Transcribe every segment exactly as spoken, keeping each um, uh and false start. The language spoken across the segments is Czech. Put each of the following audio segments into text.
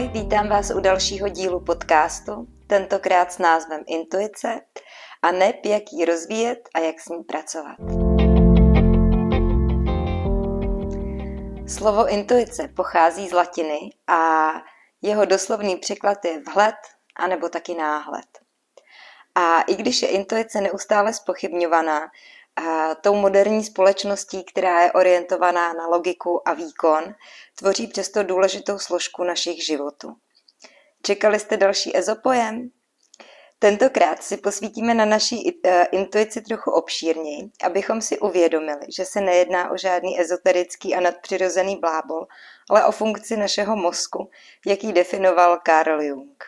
vítám vás u dalšího dílu podcastu, tentokrát s názvem Intuice a neb jak ji rozvíjet a jak s ní pracovat. Slovo intuice pochází z latiny a jeho doslovný překlad je vhled anebo taky náhled. A i když je intuice neustále zpochybňovaná a tou moderní společností, která je orientovaná na logiku a výkon, tvoří přesto důležitou složku našich životů. Čekali jste další ezopojem? Tentokrát si posvítíme na naší intuici trochu obšírněji, abychom si uvědomili, že se nejedná o žádný ezoterický a nadpřirozený blábol, ale o funkci našeho mozku, jak ji definoval Carl Jung.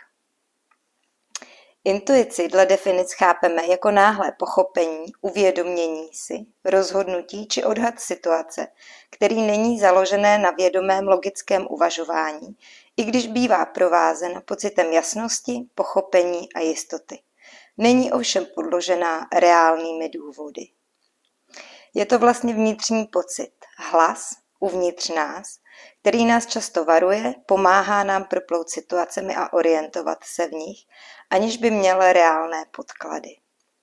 Intuici dle definic chápeme jako náhlé pochopení, uvědomění si, rozhodnutí či odhad situace, který není založené na vědomém logickém uvažování, i když bývá provázen pocitem jasnosti, pochopení a jistoty. Není ovšem podložená reálnými důvody. Je to vlastně vnitřní pocit, hlas uvnitř nás, který nás často varuje, pomáhá nám proplout situacemi a orientovat se v nich, aniž by měl reálné podklady.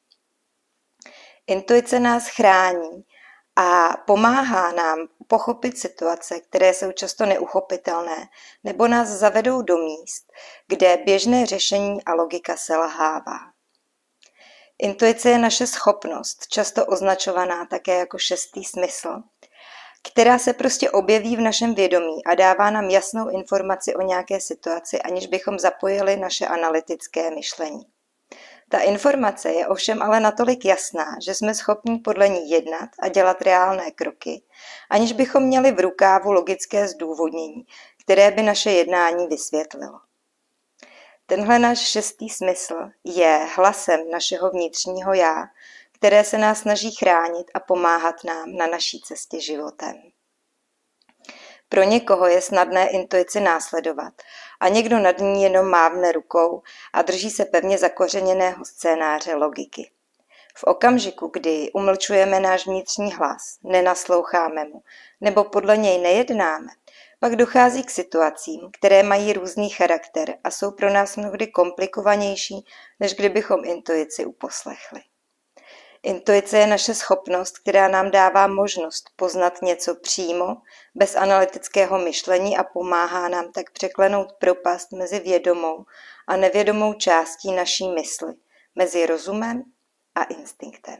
Intuice nás chrání a pomáhá nám pochopit situace, které jsou často neuchopitelné, nebo nás zavedou do míst, kde běžné řešení a logika selhává. Intuice je naše schopnost, často označovaná také jako šestý smysl, která se prostě objeví v našem vědomí a dává nám jasnou informaci o nějaké situaci, aniž bychom zapojili naše analytické myšlení. Ta informace je ovšem ale natolik jasná, že jsme schopni podle ní jednat a dělat reálné kroky, aniž bychom měli v rukávu logické zdůvodnění, které by naše jednání vysvětlilo. Tenhle náš šestý smysl je hlasem našeho vnitřního já, které se nás snaží chránit a pomáhat nám na naší cestě životem. Pro někoho je snadné intuici následovat a někdo nad ní jenom mávne rukou a drží se pevně zakořeněného scénáře logiky. V okamžiku, kdy umlčujeme náš vnitřní hlas, nenasloucháme mu nebo podle něj nejednáme, pak dochází k situacím, které mají různý charakter a jsou pro nás mnohdy komplikovanější, než kdybychom intuici uposlechli. Intuice je naše schopnost, která nám dává možnost poznat něco přímo, bez analytického myšlení a pomáhá nám tak překlenout propast mezi vědomou a nevědomou částí naší mysli, mezi rozumem a instinktem.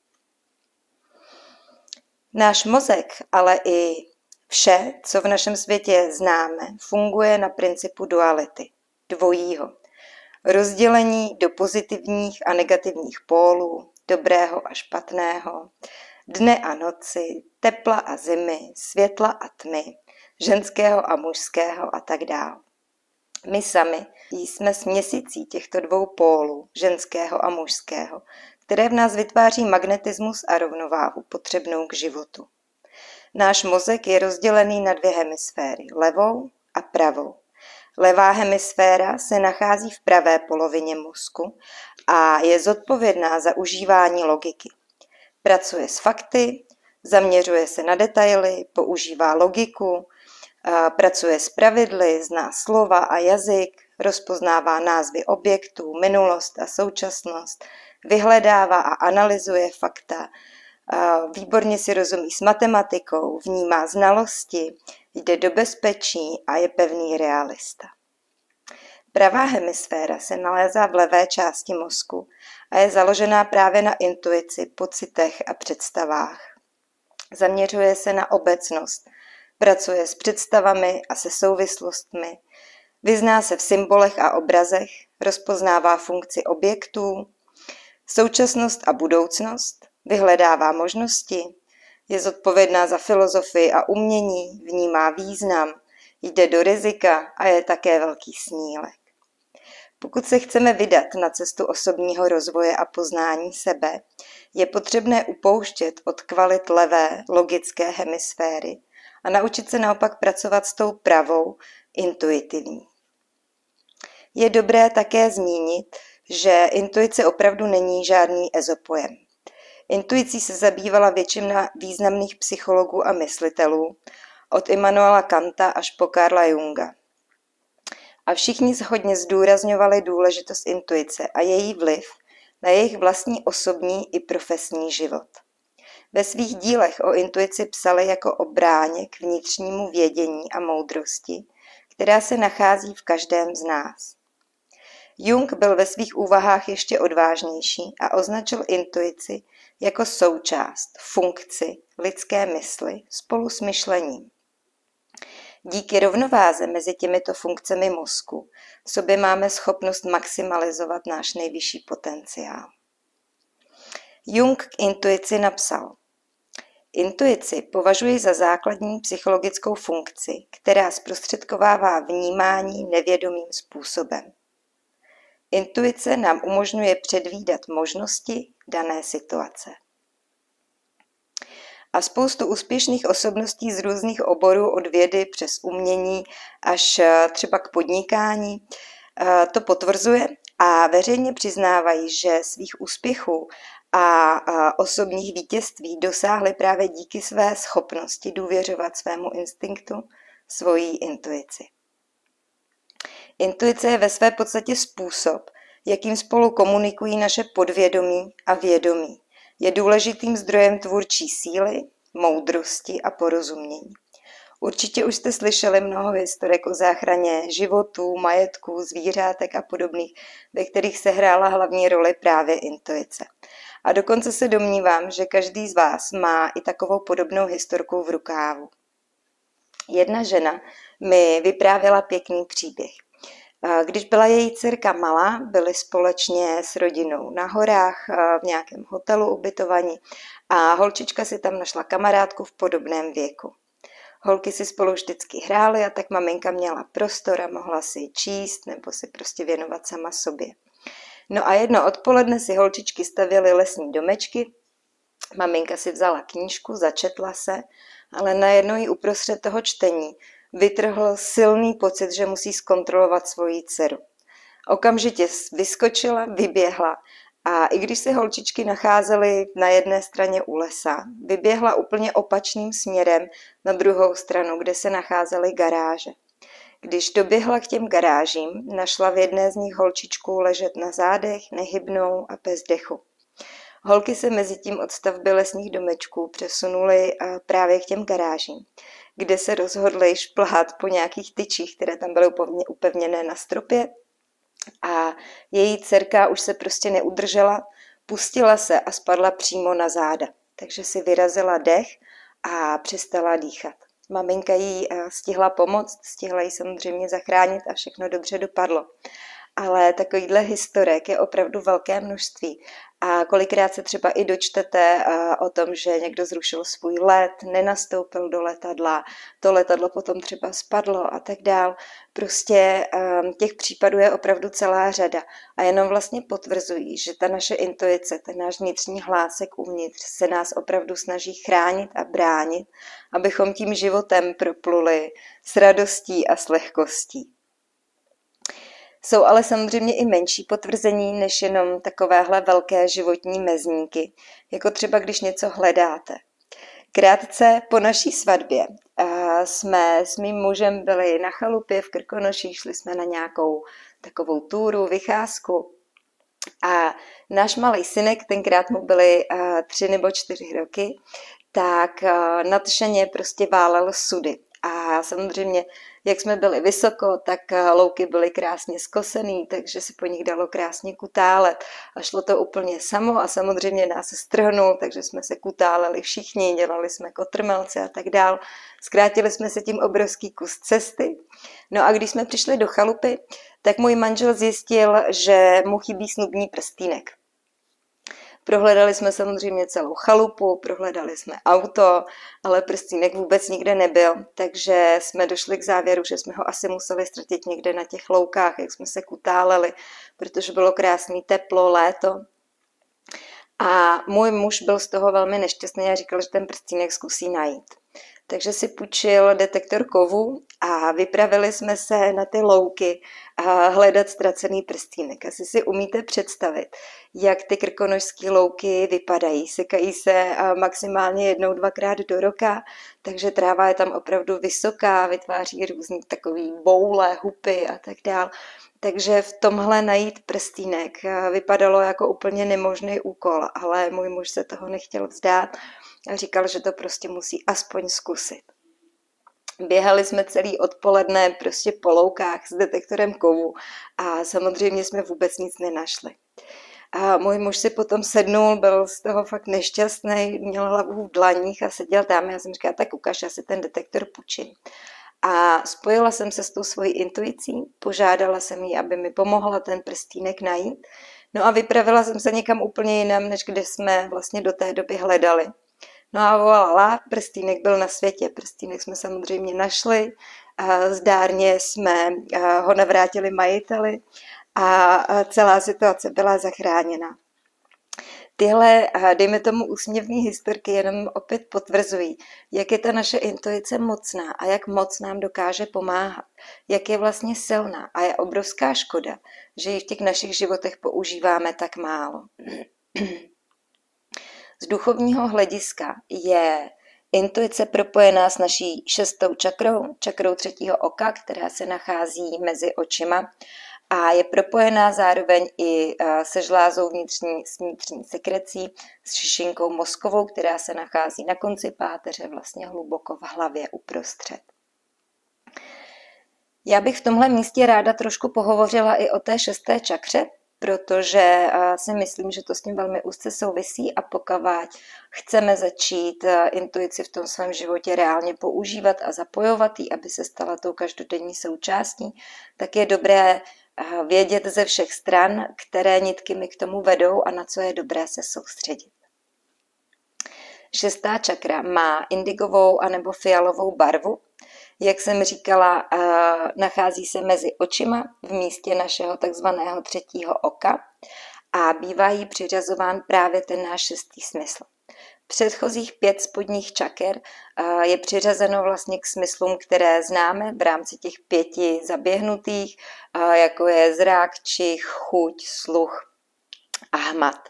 Náš mozek, ale i vše, co v našem světě známe, funguje na principu duality, dvojího, rozdělení do pozitivních a negativních pólů, dobrého a špatného, dne a noci, tepla a zimy, světla a tmy, ženského a mužského a tak dále. My sami jsme směsicí těchto dvou pólů, ženského a mužského, které v nás vytváří magnetismus a rovnováhu potřebnou k životu. Náš mozek je rozdělený na dvě hemisféry, levou a pravou. Levá hemisféra se nachází v pravé polovině mozku a je zodpovědná za užívání logiky. Pracuje s fakty, zaměřuje se na detaily, používá logiku, pracuje s pravidly, zná slova a jazyk, rozpoznává názvy objektů, minulost a současnost, vyhledává a analyzuje fakta, výborně si rozumí s matematikou, vnímá znalosti, jde do bezpečí a je pevný realista. Pravá hemisféra se nalézá v levé části mozku a je založená právě na intuici, pocitech a představách. Zaměřuje se na obecnost, pracuje s představami a se souvislostmi, vyzná se v symbolech a obrazech, rozpoznává funkci objektů, současnost a budoucnost, vyhledává možnosti, je zodpovědná za filozofii a umění, vnímá význam, jde do rizika a je také velký snílek. Pokud se chceme vydat na cestu osobního rozvoje a poznání sebe, je potřebné upouštět od kvalit levé, logické hemisféry a naučit se naopak pracovat s tou pravou, intuitivní. Je dobré také zmínit, že intuice opravdu není žádný ezopojem. Intuicí se zabývala většina významných psychologů a myslitelů, od Immanuela Kanta až po Carla Junga. A všichni hodně zdůrazňovali důležitost intuice a její vliv na jejich vlastní osobní i profesní život. Ve svých dílech o intuici psali jako o bráně k vnitřnímu vědění a moudrosti, která se nachází v každém z nás. Jung byl ve svých úvahách ještě odvážnější a označil intuici jako součást, funkci lidské mysli spolu s myšlením. Díky rovnováze mezi těmito funkcemi mozku v sobě máme schopnost maximalizovat náš nejvyšší potenciál. Jung k intuici napsal: Intuici považuji za základní psychologickou funkci, která zprostředkovává vnímání nevědomým způsobem. Intuice nám umožňuje předvídat možnosti dané situace. A spoustu úspěšných osobností z různých oborů od vědy přes umění až třeba k podnikání to potvrzuje a veřejně přiznávají, že svých úspěchů a osobních vítězství dosáhli právě díky své schopnosti důvěřovat svému instinktu, svojí intuici. Intuice je ve své podstatě způsob, jakým spolu komunikují naše podvědomí a vědomí. Je důležitým zdrojem tvůrčí síly, moudrosti a porozumění. Určitě už jste slyšeli mnoho historek o záchraně životů, majetků, zvířátek a podobných, ve kterých se hrála hlavní roli právě intuice. A dokonce se domnívám, že každý z vás má i takovou podobnou historku v rukávu. Jedna žena mi vyprávěla pěkný příběh. Když byla její dcerka malá, byli společně s rodinou na horách v nějakém hotelu ubytovaní a holčička si tam našla kamarádku v podobném věku. Holky si spolu vždycky hrály a tak maminka měla prostor a mohla si číst nebo si prostě věnovat sama sobě. No a jedno odpoledne si holčičky stavěly lesní domečky, maminka si vzala knížku, začetla se, ale najednou jí uprostřed toho čtení vytrhl silný pocit, že musí zkontrolovat svoji dceru. Okamžitě vyskočila, vyběhla a i když se holčičky nacházely na jedné straně u lesa, vyběhla úplně opačným směrem na druhou stranu, kde se nacházely garáže. Když doběhla k těm garážím, našla v jedné z nich holčičku ležet na zádech, nehybnou a bez dechu. Holky se mezi tím od stavby lesních domečků přesunuly právě k těm garážím, kde se rozhodly šplhat po nějakých tyčích, které tam byly upevněné na stropě. A její dcerka už se prostě neudržela, pustila se a spadla přímo na záda. Takže si vyrazila dech a přestala dýchat. Maminka jí stihla pomoct, stihla jí samozřejmě zachránit a všechno dobře dopadlo. Ale takovýhle historek je opravdu velké množství. A kolikrát se třeba i dočtete o tom, že někdo zrušil svůj let, nenastoupil do letadla, to letadlo potom třeba spadlo a tak dál. Prostě těch případů je opravdu celá řada a jenom vlastně potvrzují, že ta naše intuice, ten náš vnitřní hlásek uvnitř se nás opravdu snaží chránit a bránit, abychom tím životem propluli s radostí a s lehkostí. Jsou ale samozřejmě i menší potvrzení než jenom takovéhle velké životní mezníky, jako třeba když něco hledáte. Krátce po naší svatbě jsme s mým mužem byli na chalupě v Krkonoších, šli jsme na nějakou takovou túru, vycházku a náš malý synek, tenkrát mu byly tři nebo čtyři roky, tak nadšeně prostě válel sudy. A samozřejmě, jak jsme byli vysoko, tak louky byly krásně skosený, takže se po nich dalo krásně kutálet. A šlo to úplně samo a samozřejmě nás se strhnul, takže jsme se kutáleli všichni, dělali jsme kotrmelce a tak dál. Zkrátili jsme se tím obrovský kus cesty. No a když jsme přišli do chalupy, tak můj manžel zjistil, že mu chybí snubní prstýnek. Prohledali jsme samozřejmě celou chalupu, prohledali jsme auto, ale prstýnek vůbec nikde nebyl, takže jsme došli k závěru, že jsme ho asi museli ztratit někde na těch loukách, jak jsme se kutáleli, protože bylo krásné teplo, léto. A můj muž byl z toho velmi nešťastný a říkal, že ten prstýnek zkusí najít. Takže si půjčil detektor kovů a vypravili jsme se na ty louky a hledat ztracený prstýnek. Asi si umíte představit, jak ty krkonošské louky vypadají. Sekají se maximálně jednou, dvakrát do roka, takže tráva je tam opravdu vysoká, vytváří různý takový boule, hupy a tak dál. Takže v tomhle najít prstýnek vypadalo jako úplně nemožný úkol, ale můj muž se toho nechtěl vzdát a říkal, že to prostě musí aspoň zkusit. Běhali jsme celý odpoledne prostě po loukách s detektorem kovu a samozřejmě jsme vůbec nic nenašli. A můj muž si potom sednul, byl z toho fakt nešťastný, měl hlavu v dlaních a seděl tam. Já jsem říkala, tak ukaž, já si ten detektor půjčím. A spojila jsem se s tou svojí intuicí, požádala jsem ji, aby mi pomohla ten prstýnek najít. No a vypravila jsem se někam úplně jinam, než kde jsme vlastně do té doby hledali. No a volala, prstýnek byl na světě, prstýnek jsme samozřejmě našli, a zdárně jsme ho navrátili majiteli a celá situace byla zachráněna. Tyhle, dejme tomu, úsměvné historky jenom opět potvrzují, jak je ta naše intuice mocná a jak moc nám dokáže pomáhat, jak je vlastně silná a je obrovská škoda, že ji v těch našich životech používáme tak málo. Z duchovního hlediska je intuice propojená s naší šestou čakrou, čakrou třetího oka, která se nachází mezi očima a je propojená zároveň i se žlázou vnitřní, s vnitřní sekrecí, s šišinkou mozkovou, která se nachází na konci páteře, vlastně hluboko v hlavě uprostřed. Já bych v tomhle místě ráda trošku pohovořila i o té šesté čakře, protože si myslím, že to s tím velmi úzce souvisí a pokud chceme začít intuici v tom svém životě reálně používat a zapojovat ji, aby se stala tou každodenní součástí, tak je dobré vědět ze všech stran, které nitky mi k tomu vedou a na co je dobré se soustředit. Šestá čakra má indigovou anebo fialovou barvu. Jak jsem říkala, nachází se mezi očima v místě našeho takzvaného třetího oka a bývá jí přiřazován právě ten náš šestý smysl. Předchozích pět spodních čaker je přiřazeno vlastně k smyslům, které známe v rámci těch pěti zaběhnutých, jako je zrak, čich, chuť, sluch a hmat.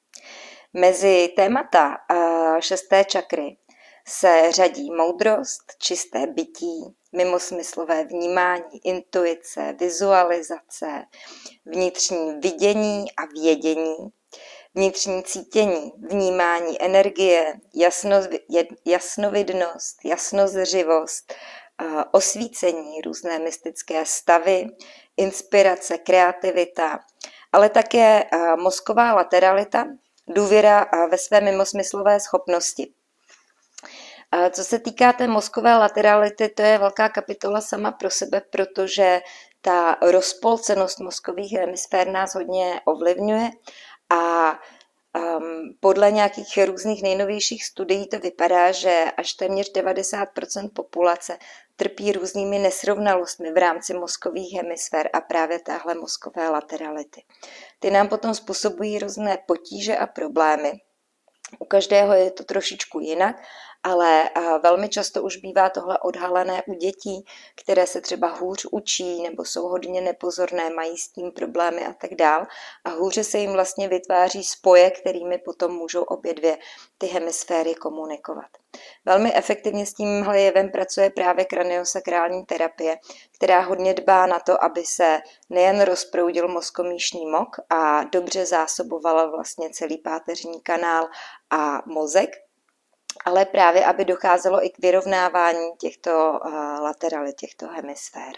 Mezi témata šesté čakry se řadí moudrost, čisté bytí, mimosmyslové vnímání, intuice, vizualizace, vnitřní vidění a vědění, vnitřní cítění, vnímání energie, jasno, jasnovidnost, jasnozřivost, osvícení, různé mystické stavy, inspirace, kreativita, ale také mozková lateralita, důvěra ve své mimosmyslové schopnosti. Co se týká té mozkové laterality, to je velká kapitola sama pro sebe, protože ta rozpolcenost mozkových hemisfér nás hodně ovlivňuje a um, podle nějakých různých nejnovějších studií to vypadá, že až téměř devadesát procent populace trpí různými nesrovnalostmi v rámci mozkových hemisfér a právě téhle mozkové laterality. Ty nám potom způsobují různé potíže a problémy. U každého je to trošičku jinak, ale velmi často už bývá tohle odhalené u dětí, které se třeba hůř učí nebo jsou hodně nepozorné, mají s tím problémy a tak dál. A hůře se jim vlastně vytváří spoje, kterými potom můžou obě dvě ty hemisféry komunikovat. Velmi efektivně s tímhle jevem pracuje právě kraniosakrální terapie, která hodně dbá na to, aby se nejen rozproudil mozkomýšní mok a dobře zásobovala vlastně celý páteřní kanál a mozek, ale právě, aby docházelo i k vyrovnávání těchto uh, lateralit, těchto hemisfér.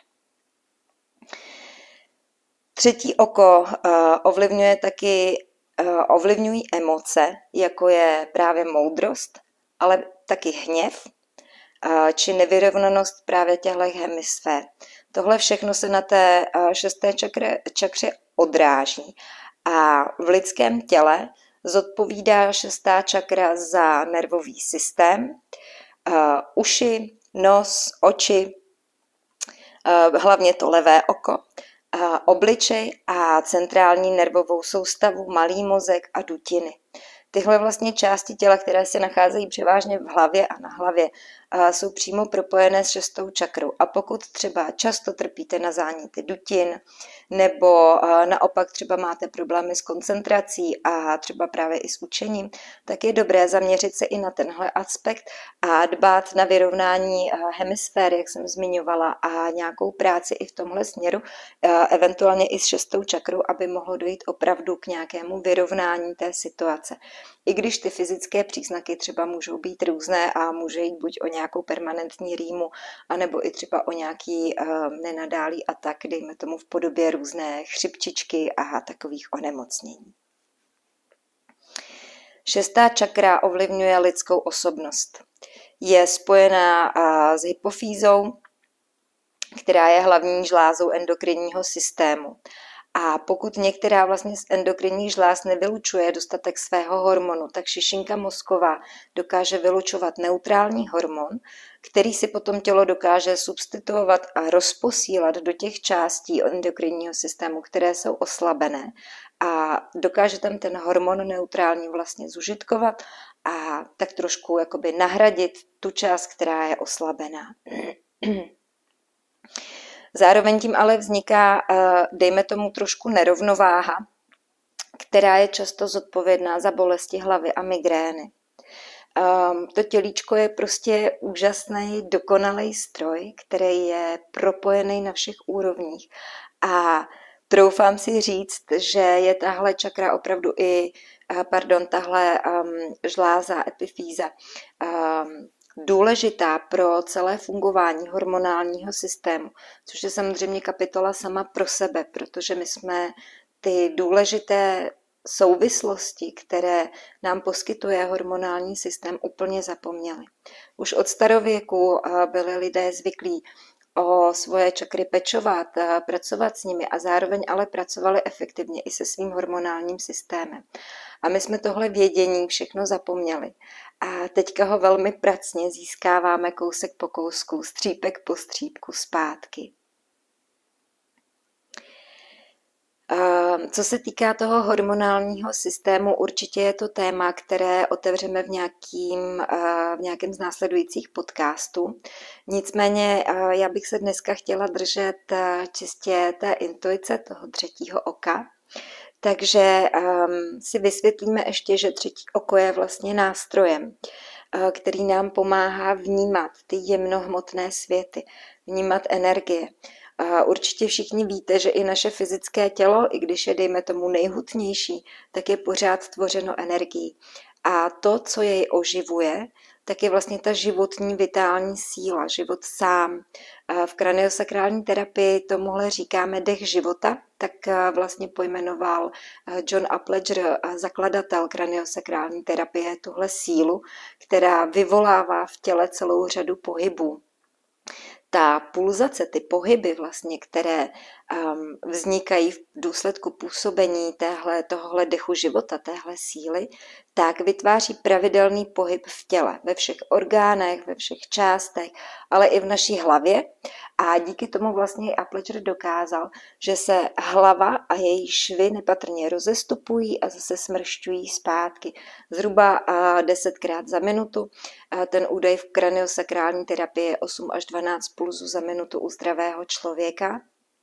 Třetí oko uh, ovlivňuje taky, uh, ovlivňují emoce, jako je právě moudrost, ale taky hněv, uh, či nevyrovnanost právě těchto hemisfér. Tohle všechno se na té uh, šesté čakře, čakře odráží a v lidském těle zodpovídá šestá čakra za nervový systém, uh, uši, nos, oči, uh, hlavně to levé oko, uh, obličej a centrální nervovou soustavu, malý mozek a dutiny. Tyhle vlastně části těla, které se nacházejí převážně v hlavě a na hlavě, jsou přímo propojené s šestou čakrou. A pokud třeba často trpíte na záněty dutin, nebo naopak třeba máte problémy s koncentrací a třeba právě i s učením, tak je dobré zaměřit se i na tenhle aspekt a dbát na vyrovnání hemisfér, jak jsem zmiňovala, a nějakou práci i v tomhle směru, eventuálně i s šestou čakrou, aby mohlo dojít opravdu k nějakému vyrovnání té situace. I když ty fyzické příznaky třeba můžou být různé a může jít buď o nějakou permanentní rýmu, anebo i třeba o nějaký uh, nenadálý atak, dejme tomu v podobě různé chřipčičky a takových onemocnění. Šestá čakra ovlivňuje lidskou osobnost. Je spojená uh, s hypofýzou, která je hlavní žlázou endokrinního systému. A pokud některá vlastně z endokrinních žláz nevylučuje dostatek svého hormonu, tak šišinka mozková dokáže vylučovat neutrální hormon, který si potom tělo dokáže substituovat a rozposílat do těch částí endokrinního systému, které jsou oslabené. A dokáže tam ten hormon neutrální vlastně zužitkovat a tak trošku jakoby nahradit tu část, která je oslabená. Zároveň tím ale vzniká, dejme tomu, trošku nerovnováha, která je často zodpovědná za bolesti hlavy a migrény. To tělíčko je prostě úžasný, dokonalý stroj, který je propojený na všech úrovních. A troufám si říct, že je tahle čakra opravdu i, pardon, tahle žláza, epifýza, důležitá pro celé fungování hormonálního systému, což je samozřejmě kapitola sama pro sebe, protože my jsme ty důležité souvislosti, které nám poskytuje hormonální systém, úplně zapomněli. Už od starověku byli lidé zvyklí o svoje čakry pečovat, pracovat s nimi a zároveň ale pracovali efektivně i se svým hormonálním systémem. A my jsme tohle vědění všechno zapomněli. A teďka ho velmi pracně získáváme kousek po kousku, střípek po střípku zpátky. Co se týká toho hormonálního systému, určitě je to téma, které otevřeme v, nějakým, v nějakém z následujících podcastů. Nicméně já bych se dneska chtěla držet čistě té intuice, toho třetího oka. Takže um, si vysvětlíme ještě, že třetí oko je vlastně nástrojem, uh, který nám pomáhá vnímat ty jemnohmotné světy, vnímat energie. Uh, určitě všichni víte, že i naše fyzické tělo, i když je, dejme tomu, nejhutnější, tak je pořád tvořeno energií. A to, co jej oživuje, tak je vlastně ta životní vitální síla, život sám. V kraniosakrální terapii tomuhle říkáme dech života, tak vlastně pojmenoval John Upledger, zakladatel kraniosakrální terapie, tuhle sílu, která vyvolává v těle celou řadu pohybů. Ta pulzace, ty pohyby vlastně, které um, vznikají v důsledku působení téhle, tohohle dechu života, téhle síly, tak vytváří pravidelný pohyb v těle, ve všech orgánech, ve všech částech, ale i v naší hlavě. A díky tomu vlastně Upledger dokázal, že se hlava a její švy nepatrně rozestupují a zase smršťují zpátky. Zhruba desetkrát za minutu. Ten údaj v kraniosakrální terapii je osm až dvanáct pulzů za minutu u zdravého člověka.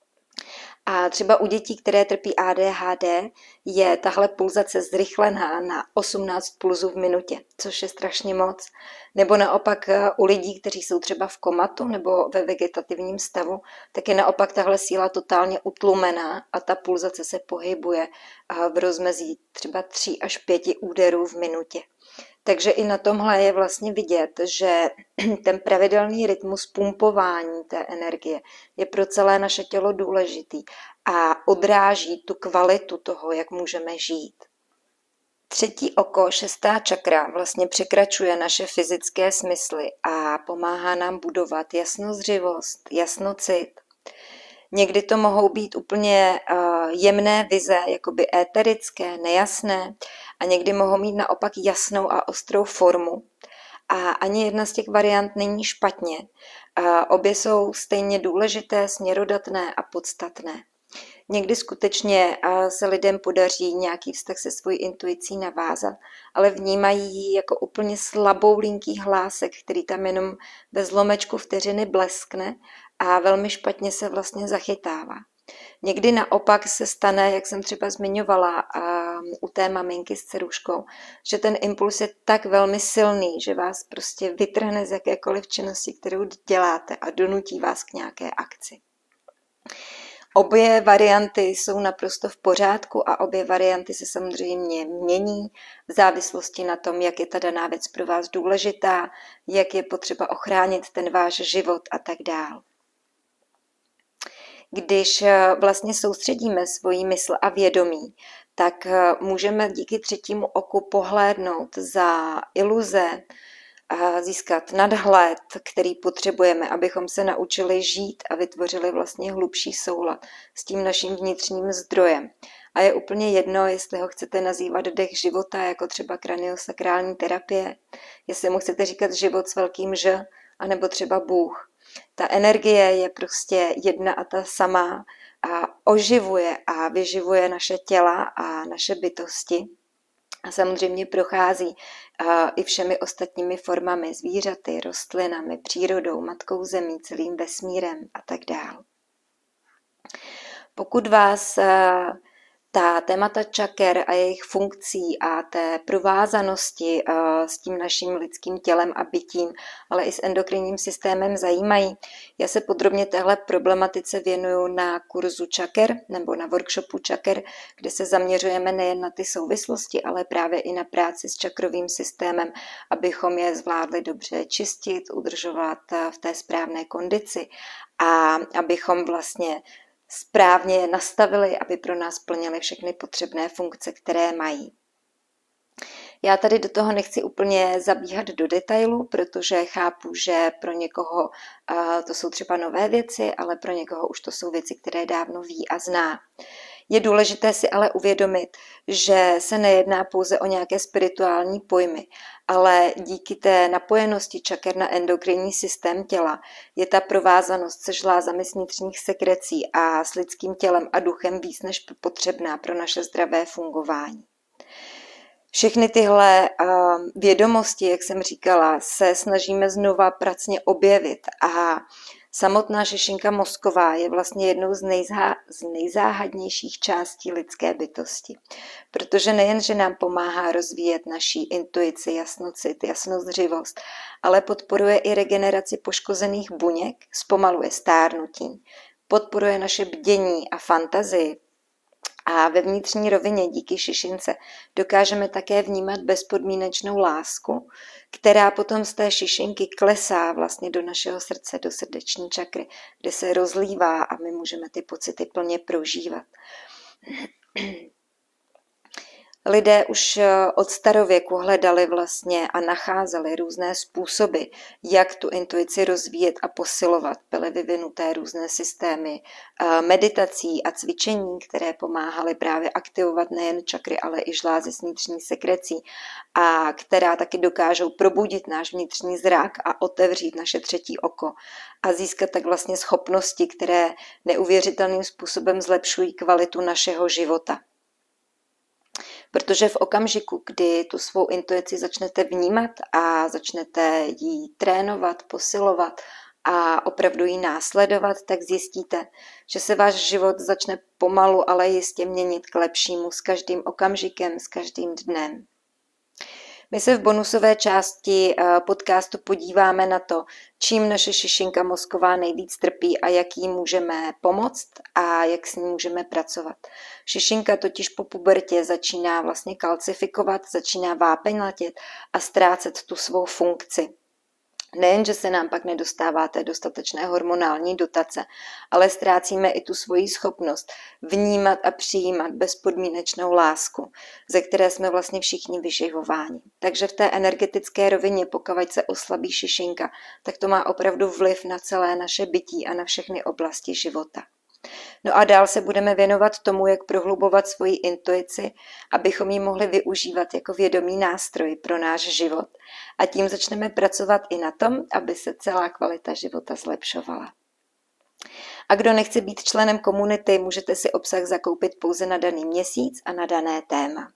A třeba u dětí, které trpí A D H D, je tahle pulzace zrychlená na osmnáct pulzů v minutě, což je strašně moc. Nebo naopak u lidí, kteří jsou třeba v komatu nebo ve vegetativním stavu, tak je naopak tahle síla totálně utlumená a ta pulzace se pohybuje v rozmezí třeba tří až pěti úderů v minutě. Takže i na tomhle je vlastně vidět, že ten pravidelný rytmus pumpování té energie je pro celé naše tělo důležitý a odráží tu kvalitu toho, jak můžeme žít. Třetí oko, šestá čakra, vlastně překračuje naše fyzické smysly a pomáhá nám budovat jasnozřivost, jasnocit. Někdy to mohou být úplně uh, jemné vize, jakoby éterické, nejasné, a někdy mohou mít naopak jasnou a ostrou formu. A ani jedna z těch variant není špatně. Uh, obě jsou stejně důležité, směrodatné a podstatné. Někdy skutečně se lidem podaří nějaký vztah se svojí intuicí navázat, ale vnímají ji jako úplně slabou linký hlásek, který tam jenom ve zlomečku vteřiny bleskne a velmi špatně se vlastně zachytává. Někdy naopak se stane, jak jsem třeba zmiňovala u té maminky s dceruškou, že ten impuls je tak velmi silný, že vás prostě vytrhne z jakékoliv činnosti, kterou děláte a donutí vás k nějaké akci. Obě varianty jsou naprosto v pořádku a obě varianty se samozřejmě mění v závislosti na tom, jak je ta daná věc pro vás důležitá, jak je potřeba ochránit ten váš život a tak dál. Když vlastně soustředíme svoji mysl a vědomí, tak můžeme díky třetímu oku pohlédnout za iluze, a získat nadhled, který potřebujeme, abychom se naučili žít a vytvořili vlastně hlubší soulad s tím naším vnitřním zdrojem. A je úplně jedno, jestli ho chcete nazývat dech života, jako třeba kraniosakrální terapie, jestli mu chcete říkat život s velkým Ž, anebo třeba Bůh. Ta energie je prostě jedna a ta samá a oživuje a vyživuje naše těla a naše bytosti. A samozřejmě prochází i všemi ostatními formami, zvířaty, rostlinami, přírodou, matkou zemí, celým vesmírem a tak dále. Pokud vás ta témata čaker a jejich funkcí a té provázanosti s tím naším lidským tělem a bytím, ale i s endokrinním systémem zajímají, já se podrobně téhle problematice věnuju na kurzu čaker nebo na workshopu čaker, kde se zaměřujeme nejen na ty souvislosti, ale právě i na práci s čakrovým systémem, abychom je zvládli dobře čistit, udržovat v té správné kondici a abychom vlastně správně je nastavili, aby pro nás plnili všechny potřebné funkce, které mají. Já tady do toho nechci úplně zabíhat do detailu, protože chápu, že pro někoho to jsou třeba nové věci, ale pro někoho už to jsou věci, které dávno ví a zná. Je důležité si ale uvědomit, že se nejedná pouze o nějaké spirituální pojmy, ale díky té napojenosti čaker na endokrinní systém těla je ta provázanost se žlázami vnitřních sekrecí a s lidským tělem a duchem víc než potřebná pro naše zdravé fungování. Všechny tyhle vědomosti, jak jsem říkala, se snažíme znova pracně objevit a samotná šešinka mozková je vlastně jednou z, nejzá, z nejzáhadnějších částí lidské bytosti, protože nejen, že nám pomáhá rozvíjet naší intuici, jasnocit, jasnozřivost, ale podporuje i regeneraci poškozených buněk, zpomaluje stárnutí, podporuje naše bdění a fantazii. A ve vnitřní rovině díky šišince dokážeme také vnímat bezpodmínečnou lásku, která potom z té šišinky klesá vlastně do našeho srdce, do srdeční čakry, kde se rozlívá a my můžeme ty pocity plně prožívat. Lidé už od starověku hledali vlastně a nacházeli různé způsoby, jak tu intuici rozvíjet a posilovat. Byly vyvinuté různé systémy meditací a cvičení, které pomáhaly právě aktivovat nejen čakry, ale i žlázy vnitřní sekrecí a která taky dokážou probudit náš vnitřní zrak a otevřít naše třetí oko a získat tak vlastně schopnosti, které neuvěřitelným způsobem zlepšují kvalitu našeho života. Protože v okamžiku, kdy tu svou intuici začnete vnímat a začnete ji trénovat, posilovat a opravdu ji následovat, tak zjistíte, že se váš život začne pomalu, ale jistě měnit k lepšímu s každým okamžikem, s každým dnem. My se v bonusové části podcastu podíváme na to, čím naše šišinka mozková nejvíc trpí a jak jí můžeme pomoct a jak s ní můžeme pracovat. Šišinka totiž po pubertě začíná vlastně kalcifikovat, začíná vápeňlatět a ztrácet tu svou funkci. Nejen, že se nám pak nedostává té dostatečné hormonální dotace, ale ztrácíme i tu svoji schopnost vnímat a přijímat bezpodmínečnou lásku, ze které jsme vlastně všichni vyživováni. Takže v té energetické rovině, pokud se oslabí šišinka, tak to má opravdu vliv na celé naše bytí a na všechny oblasti života. No a dál se budeme věnovat tomu, jak prohlubovat svoji intuici, abychom ji mohli využívat jako vědomý nástroj pro náš život. A tím začneme pracovat i na tom, aby se celá kvalita života zlepšovala. A kdo nechce být členem komunity, můžete si obsah zakoupit pouze na daný měsíc a na dané téma.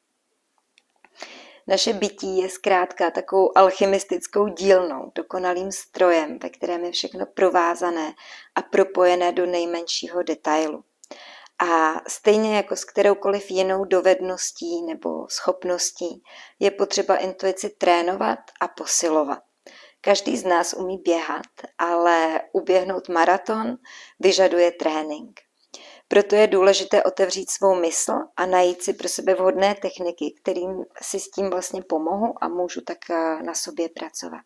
Naše bytí je zkrátka takovou alchymistickou dílnou, dokonalým strojem, ve kterém je všechno provázané a propojené do nejmenšího detailu. A stejně jako s kteroukoliv jinou dovedností nebo schopností je potřeba intuici trénovat a posilovat. Každý z nás umí běhat, ale uběhnout maraton vyžaduje trénink. Proto je důležité otevřít svou mysl a najít si pro sebe vhodné techniky, kterým si s tím vlastně pomohu a můžu tak na sobě pracovat.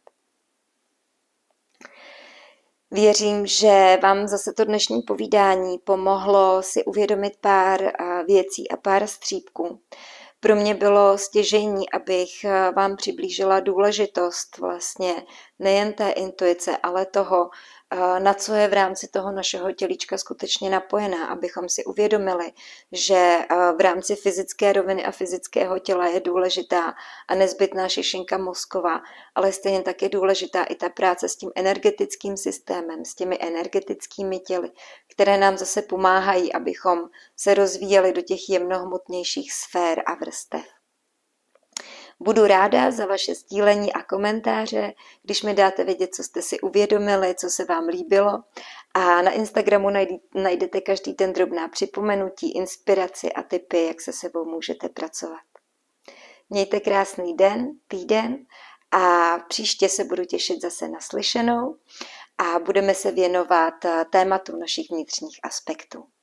Věřím, že vám zase to dnešní povídání pomohlo si uvědomit pár věcí a pár střípků. Pro mě bylo stěžejní, abych vám přiblížila důležitost vlastně nejen té intuice, ale toho, na co je v rámci toho našeho tělíčka skutečně napojená, abychom si uvědomili, že v rámci fyzické roviny a fyzického těla je důležitá a nezbytná šišinka mozková, ale stejně tak je důležitá i ta práce s tím energetickým systémem, s těmi energetickými těly, které nám zase pomáhají, abychom se rozvíjeli do těch jemnohmotnějších sfér a vrstev. Budu ráda za vaše sdílení a komentáře, když mi dáte vědět, co jste si uvědomili, co se vám líbilo. A na Instagramu najdete každý den drobná připomenutí, inspiraci a tipy, jak se sebou můžete pracovat. Mějte krásný den, týden a příště se budu těšit zase na slyšenou a budeme se věnovat tématu našich vnitřních aspektů.